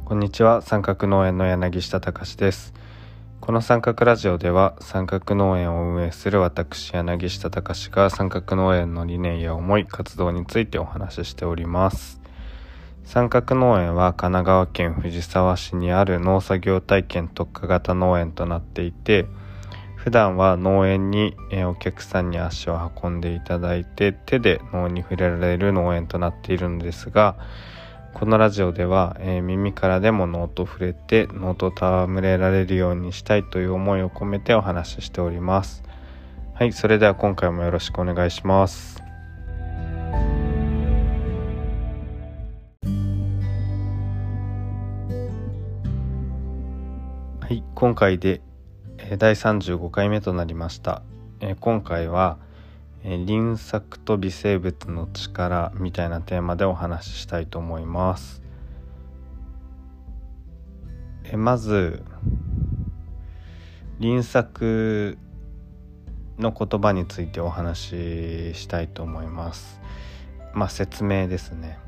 こんにちは。三角農園の柳下隆です。この三角ラジオでは三角農園を運営する私柳下隆が三角農園の理念や思い、活動についてお話ししております。三角農園は神奈川県藤沢市にある農作業体験特化型農園となっていて、普段は農園にお客さんに足を運んでいただいて手で農に触れられる農園となっているのですが、このラジオでは、耳からでも農と触れて農と戯れられるようにしたいという思いを込めてお話ししております。はい、それでは今回もよろしくお願いします。はい、今回で第35回目となりました。今回は輪作と微生物の力みたいなテーマでお話ししたいと思います。まず輪作の言葉についてお話ししたいと思います。説明ですね。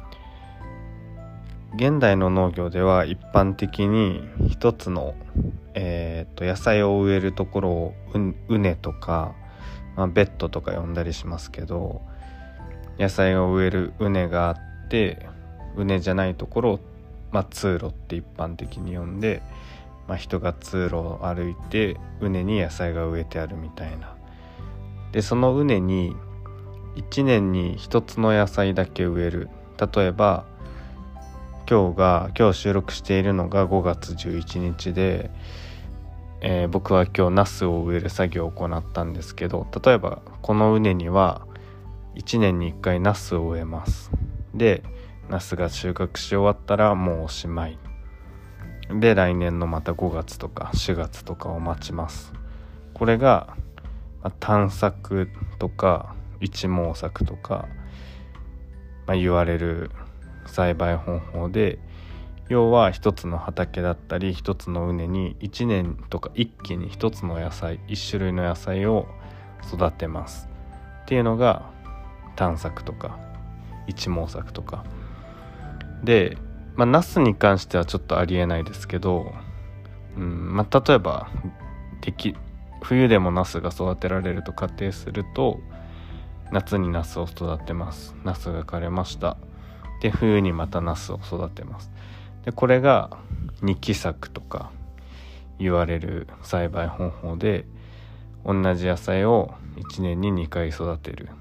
現代の農業では一般的に一つの、野菜を植えるところを畝とか、ベッドとか呼んだりしますけど、野菜を植える畝があって畝じゃないところを、通路って一般的に呼んで、人が通路を歩いて畝に野菜が植えてあるみたいな。でその畝に1年に一つの野菜だけ植える。例えば今日収録しているのが5月11日で、僕は今日ナスを植える作業を行ったんですけど、例えばこの畝には1年に1回ナスを植えます。でナスが収穫し終わったらもうおしまいで、来年のまた5月とか4月とかを待ちます。これが単作とか一毛作とか、言われる栽培方法で、要は一つの畑だったり一つの畝に1年とか一気に一つの野菜、一種類の野菜を育てますっていうのが単作とか一毛作とかで、ナスに関してはちょっとありえないですけど、例えば冬でもナスが育てられると仮定すると、夏にナスを育てます。ナスが枯れました。で冬にまたナスを育てます。でこれが二期作とか言われる栽培方法で、同じ野菜を1年に2回育てる。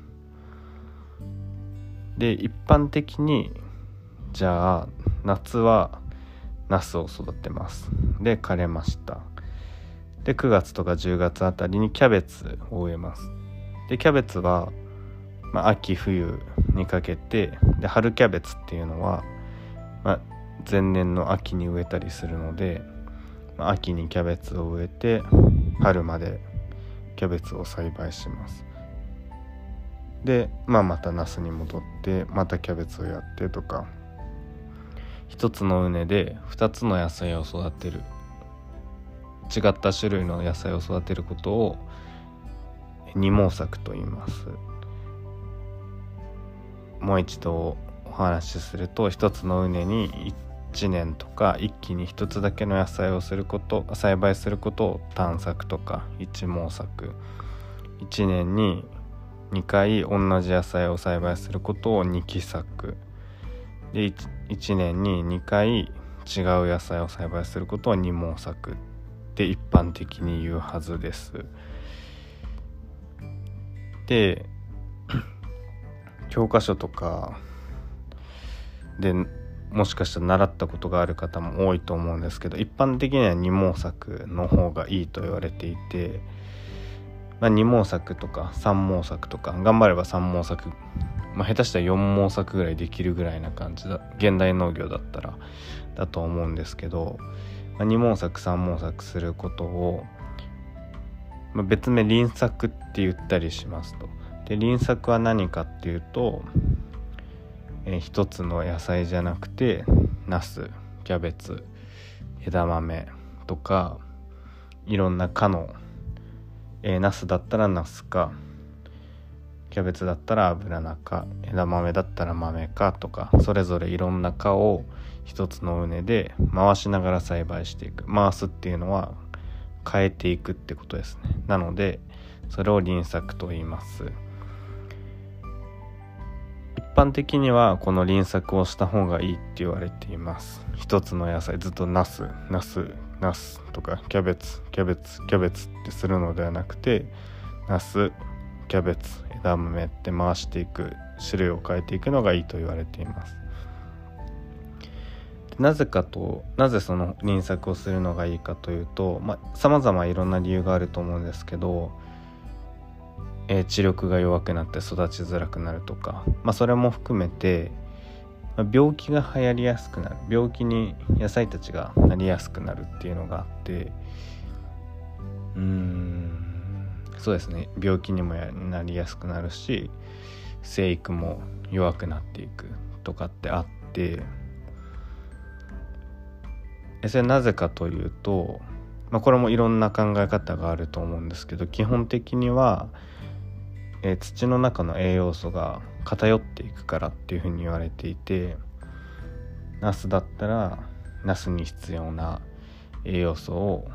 で一般的にじゃあ夏はナスを育てます。で枯れました。で9月とか10月あたりにキャベツを植えます。でキャベツは、秋冬にかけて、で春キャベツっていうのは、前年の秋に植えたりするので、秋にキャベツを植えて春までキャベツを栽培します。で、またナスに戻ってまたキャベツをやってとか、一つの畝で二つの野菜を育てる、違った種類の野菜を育てることを二毛作と言います。もう一度お話しすると、一つの畝に1年とか一気に一つだけの野菜を栽培することを単作とか一毛作、1年に2回同じ野菜を栽培することを二期作で、1年に2回違う野菜を栽培することを二毛作って一般的に言うはずです。で教科書とかでもしかしたら習ったことがある方も多いと思うんですけど、一般的には二毛作の方がいいと言われていて、二毛作とか三毛作とか、頑張れば三毛作、下手したら四毛作ぐらいできるぐらいな感じだ、現代農業だったらだと思うんですけど、二毛作三毛作することを、別名輪作って言ったりしますと。で輪作は何かっていうと、一つの野菜じゃなくてナス、キャベツ、枝豆とかいろんな科の、ナスだったらナス科、 キャベツだったらアブラナ科、枝豆だったら豆科とか、それぞれいろんな科を一つの畝で回しながら栽培していく。回すっていうのは変えていくってことですね。なのでそれを輪作と言います。一般的にはこの輪作をした方がいいって言われています。一つの野菜ずっとナスとかキャベツってするのではなくて、ナス、キャベツ、枝豆って回していく、種類を変えていくのがいいと言われています。なぜその輪作をするのがいいかというと、様々いろんな理由があると思うんですけど、知力が弱くなって育ちづらくなるとか、それも含めて病気が流行りやすくなる、病気に野菜たちがなりやすくなるっていうのがあって、そうですね、病気にもなりやすくなるし、生育も弱くなっていくとかってあって、それなぜかというと、これもいろんな考え方があると思うんですけど、基本的には、土の中の栄養素が偏っていくからっていうふうに言われていて、ナスだったらナスに必要な栄養素を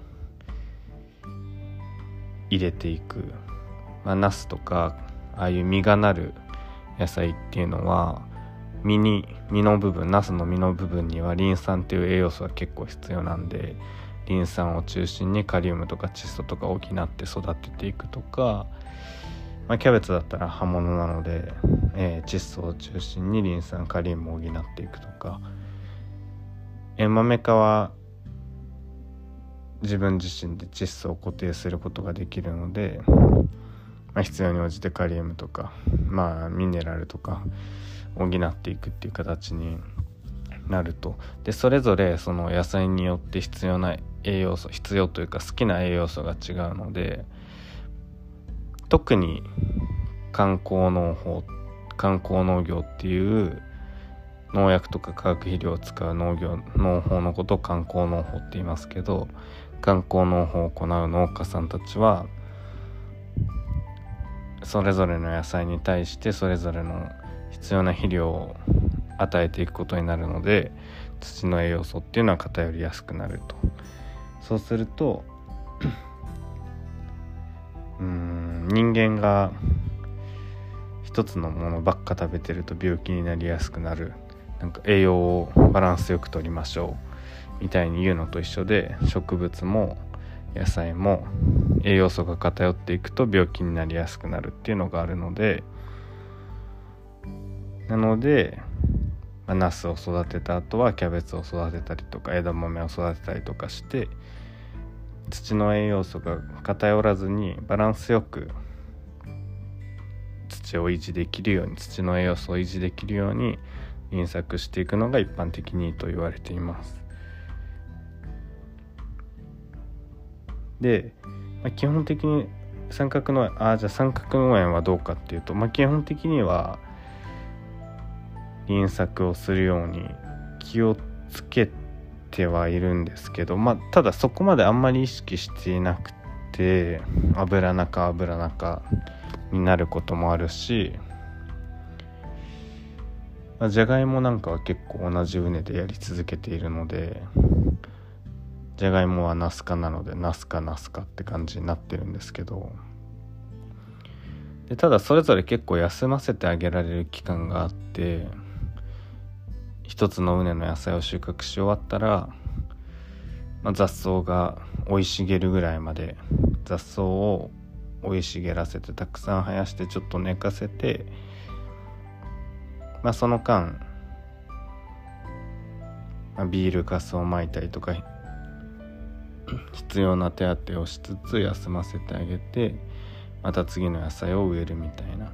入れていく、ナスとかああいう実がなる野菜っていうのは実の部分、ナスの実の部分にはリン酸っていう栄養素が結構必要なんで、リン酸を中心にカリウムとか窒素とか補って育てていくとか、キャベツだったら葉物なので、窒素を中心にリン酸カリウムを補っていくとか、豆科は自分自身で窒素を固定することができるので、必要に応じてカリウムとか、ミネラルとか補っていくっていう形になると。でそれぞれその野菜によって必要というか好きな栄養素が違うので、特に観光農業っていう農薬とか化学肥料を使う農法のことを観光農法って言いますけど、観光農法を行う農家さんたちはそれぞれの野菜に対してそれぞれの必要な肥料を与えていくことになるので、土の栄養素っていうのは偏りやすくなると。そうすると人間が一つのものばっか食べてると病気になりやすくなる、栄養をバランスよく取りましょうみたいに言うのと一緒で、植物も野菜も栄養素が偏っていくと病気になりやすくなるっていうのがあるので、ナスを育てた後はキャベツを育てたりとか枝豆を育てたりとかして、土の栄養素が偏らずにバランスよく土の栄養素を維持できるように輪作していくのが一般的にいいと言われています。で、基本的に三角農園はどうかっていうと、基本的には輪作をするように気をつけてはいるんですけど、ただそこまであんまり意識していなくて、アブラナ科になることもあるし、じゃがいもなんかは結構同じ畝でやり続けているので、じゃがいもはナス科なのでナス科って感じになってるんですけど、ただそれぞれ結構休ませてあげられる期間があって、一つの畝の野菜を収穫し終わったら、雑草が生い茂るぐらいまで雑草を生い茂らせてたくさん生やしてちょっと寝かせて、その間、ビールかすをまいたりとか必要な手当てをしつつ休ませてあげて、また次の野菜を植えるみたいな。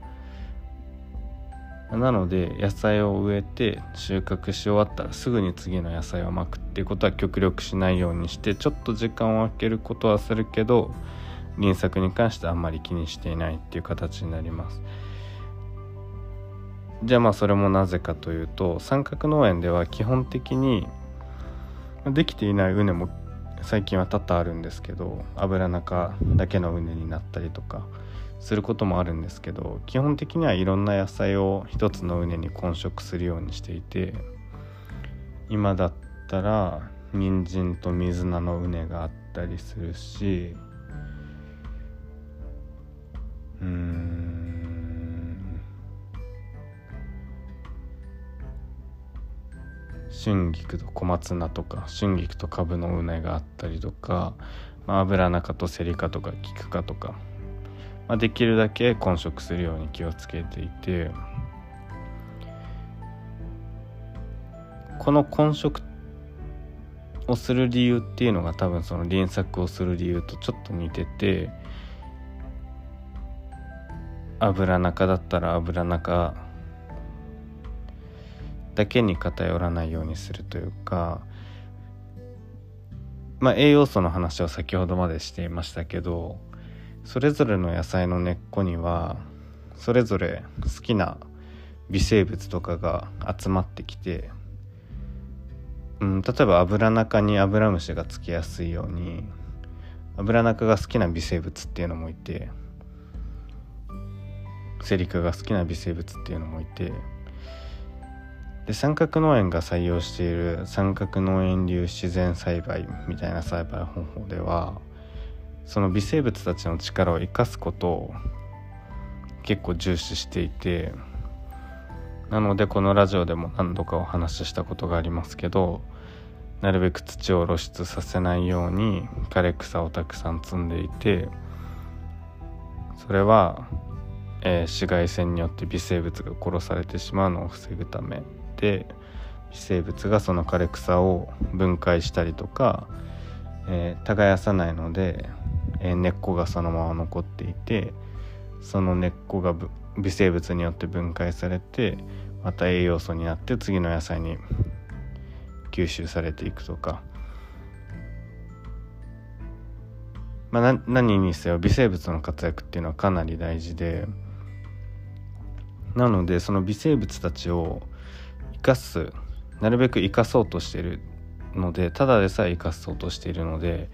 なので野菜を植えて収穫し終わったらすぐに次の野菜をまくっていうことは極力しないようにして、ちょっと時間を空けることはするけど輪作に関してはあんまり気にしていないっていう形になります。じゃあそれもなぜかというと、三角農園では基本的にできていない畝も最近は多々あるんですけど、アブラナ科だけの畝になったりとかすることもあるんですけど、基本的にはいろんな野菜を一つの畝に混植するようにしていて、今だったら人参と水菜の畝があったりするし、春菊と小松菜とか春菊とカブの畝があったりとか、アブラナ科とセリ科とかキク科とか、できるだけ混植するように気をつけていて、この混植をする理由っていうのが多分その輪作をする理由とちょっと似てて、アブラナ科だったらアブラナ科だけに偏らないようにするというか、栄養素の話を先ほどまでしていましたけど、それぞれの野菜の根っこにはそれぞれ好きな微生物とかが集まってきて、例えばアブラナ科にアブラムシがつきやすいようにアブラナ科が好きな微生物っていうのもいて、セリ科が好きな微生物っていうのもいて、で三角農園が採用している三角農園流自然栽培みたいな栽培方法では、その微生物たちの力を生かすことを結構重視していて、なのでこのラジオでも何度かお話ししたことがありますけど、なるべく土を露出させないように枯れ草をたくさん積んでいて、それは、紫外線によって微生物が殺されてしまうのを防ぐためで、微生物がその枯れ草を分解したりとか、耕さないので、根っこがそのまま残っていて、その根っこが微生物によって分解されてまた栄養素になって次の野菜に吸収されていくとか、何にせよ微生物の活躍っていうのはかなり大事で、なのでその微生物たちをなるべく生かそうとしているので、ただでさえ生かそうとしているので、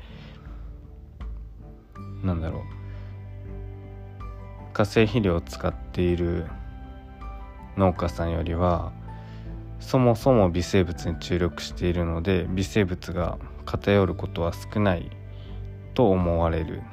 化成肥料を使っている農家さんよりはそもそも微生物に注力しているので、微生物が偏ることは少ないと思われる。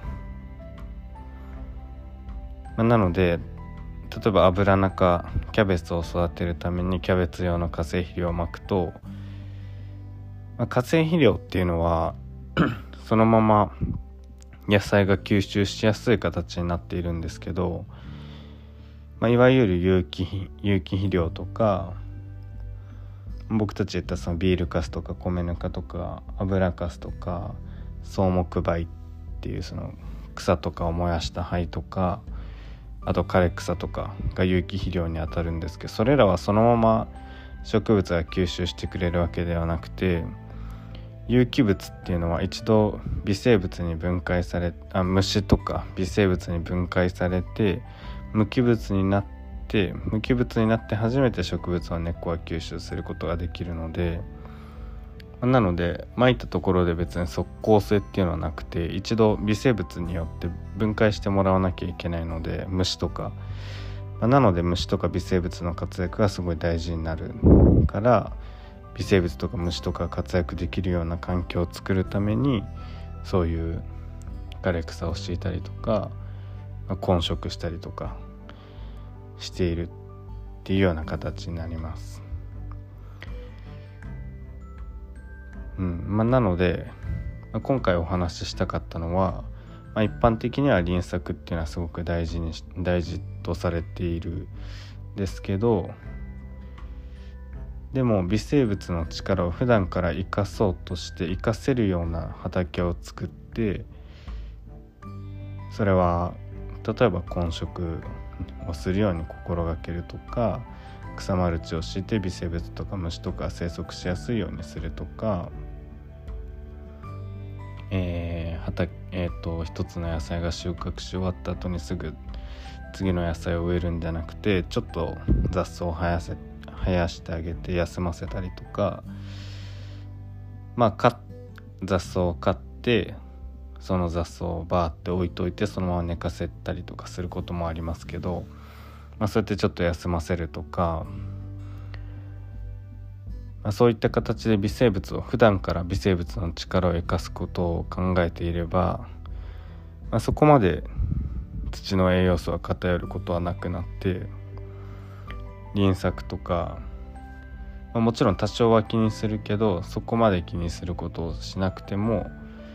なので例えばアブラナ科キャベツを育てるためにキャベツ用の化成肥料をまくと、化成肥料っていうのはそのまま野菜が吸収しやすい形になっているんですけど、いわゆる有機肥料とか、僕たち言ったそのビールかすとか米ぬかとか油かすとか草木灰っていうその草とかを燃やした灰とか、あと枯れ草とかが有機肥料にあたるんですけど、それらはそのまま植物が吸収してくれるわけではなくて、有機物っていうのは一度微生物に分解され虫とか微生物に分解されて無機物になって初めて植物の根っこが吸収することができるので、なので撒いたところで別に即効性っていうのはなくて、一度微生物によって分解してもらわなきゃいけないので、虫とか、なので虫とか微生物の活躍がすごい大事になるから、微生物とか虫とかが活躍できるような環境を作るためにそういう枯れ草を敷いたりとか混植したりとかしているっていうような形になります。なので、今回お話ししたかったのは、一般的には輪作っていうのはすごく大事とされているんですけど、でも微生物の力を普段から生かそうとして生かせるような畑を作って、それは例えば混植をするように心がけるとか、草マルチを敷いて微生物とか虫とか生息しやすいようにするとか、一つの野菜が収穫し終わった後にすぐ次の野菜を植えるんじゃなくて、ちょっと雑草を生やしてあげて休ませたりとか、雑草を刈ってその雑草をバーって置いといてそのまま寝かせたりとかすることもありますけど、そうやってちょっと休ませるとか、そういった形で普段から微生物の力を生かすことを考えていれば、そこまで土の栄養素は偏ることはなくなって、輪作とか、もちろん多少は気にするけどそこまで気にすることをしなくても、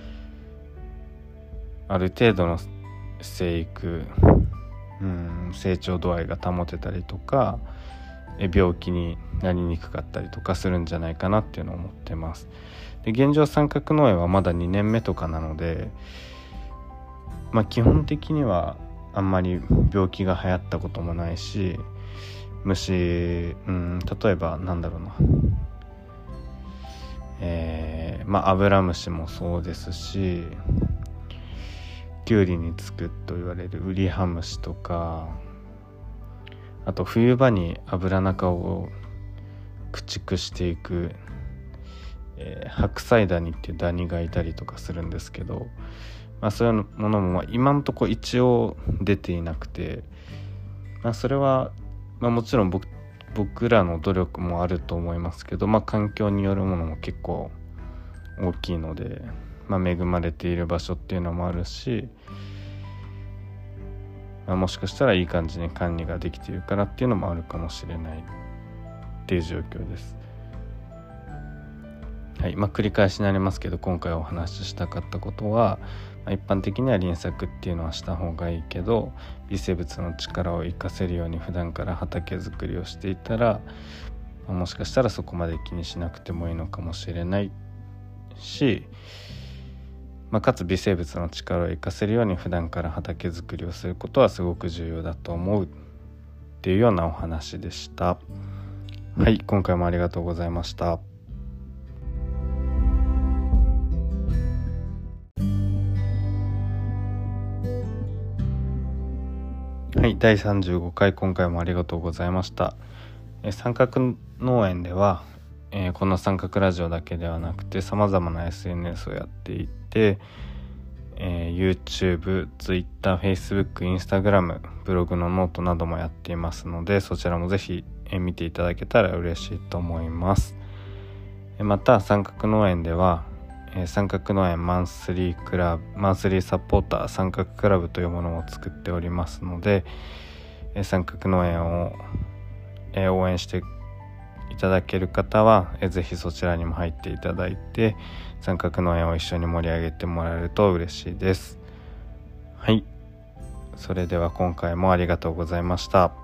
ある程度の生育、成長度合いが保てたりとか、病気になりにくかったりとかするんじゃないかなっていうのを思ってます。で、現状三角農園はまだ2年目とかなので、基本的にはあんまり病気が流行ったこともないし、虫、例えばアブラムシもそうですし、キュウリにつくと言われるウリハムシとか、あと冬場にアブラナ科を駆逐していく、白菜ダニっていうダニがいたりとかするんですけど、そういうものも今のところ一応出ていなくて、それは、もちろん僕らの努力もあると思いますけど、環境によるものも結構大きいので、恵まれている場所っていうのもあるし、もしかしたらいい感じに管理ができているからっていうのもあるかもしれないっていう状況です。はい、繰り返しになりますけど、今回お話ししたかったことは、一般的には輪作っていうのはした方がいいけど、微生物の力を生かせるように普段から畑作りをしていたら、もしかしたらそこまで気にしなくてもいいのかもしれないし、かつ微生物の力を生かせるように普段から畑作りをすることはすごく重要だと思うっていうようなお話でした。はい、今回もありがとうございました。はい、第35回、今回もありがとうございました。三角農園では、この三角ラジオだけではなくて様々な SNS をやっていて、YouTube、Twitter、Facebook、Instagram、ブログのノートなどもやっていますので、そちらもぜひ見ていただけたら嬉しいと思います。また三角農園では、三角農園マンスリーサポーター三角クラブというものを作っておりますので、三角農園を、応援していただける方は、ぜひそちらにも入っていただいて三角農園を一緒に盛り上げてもらえると嬉しいです。はい、それでは今回もありがとうございました。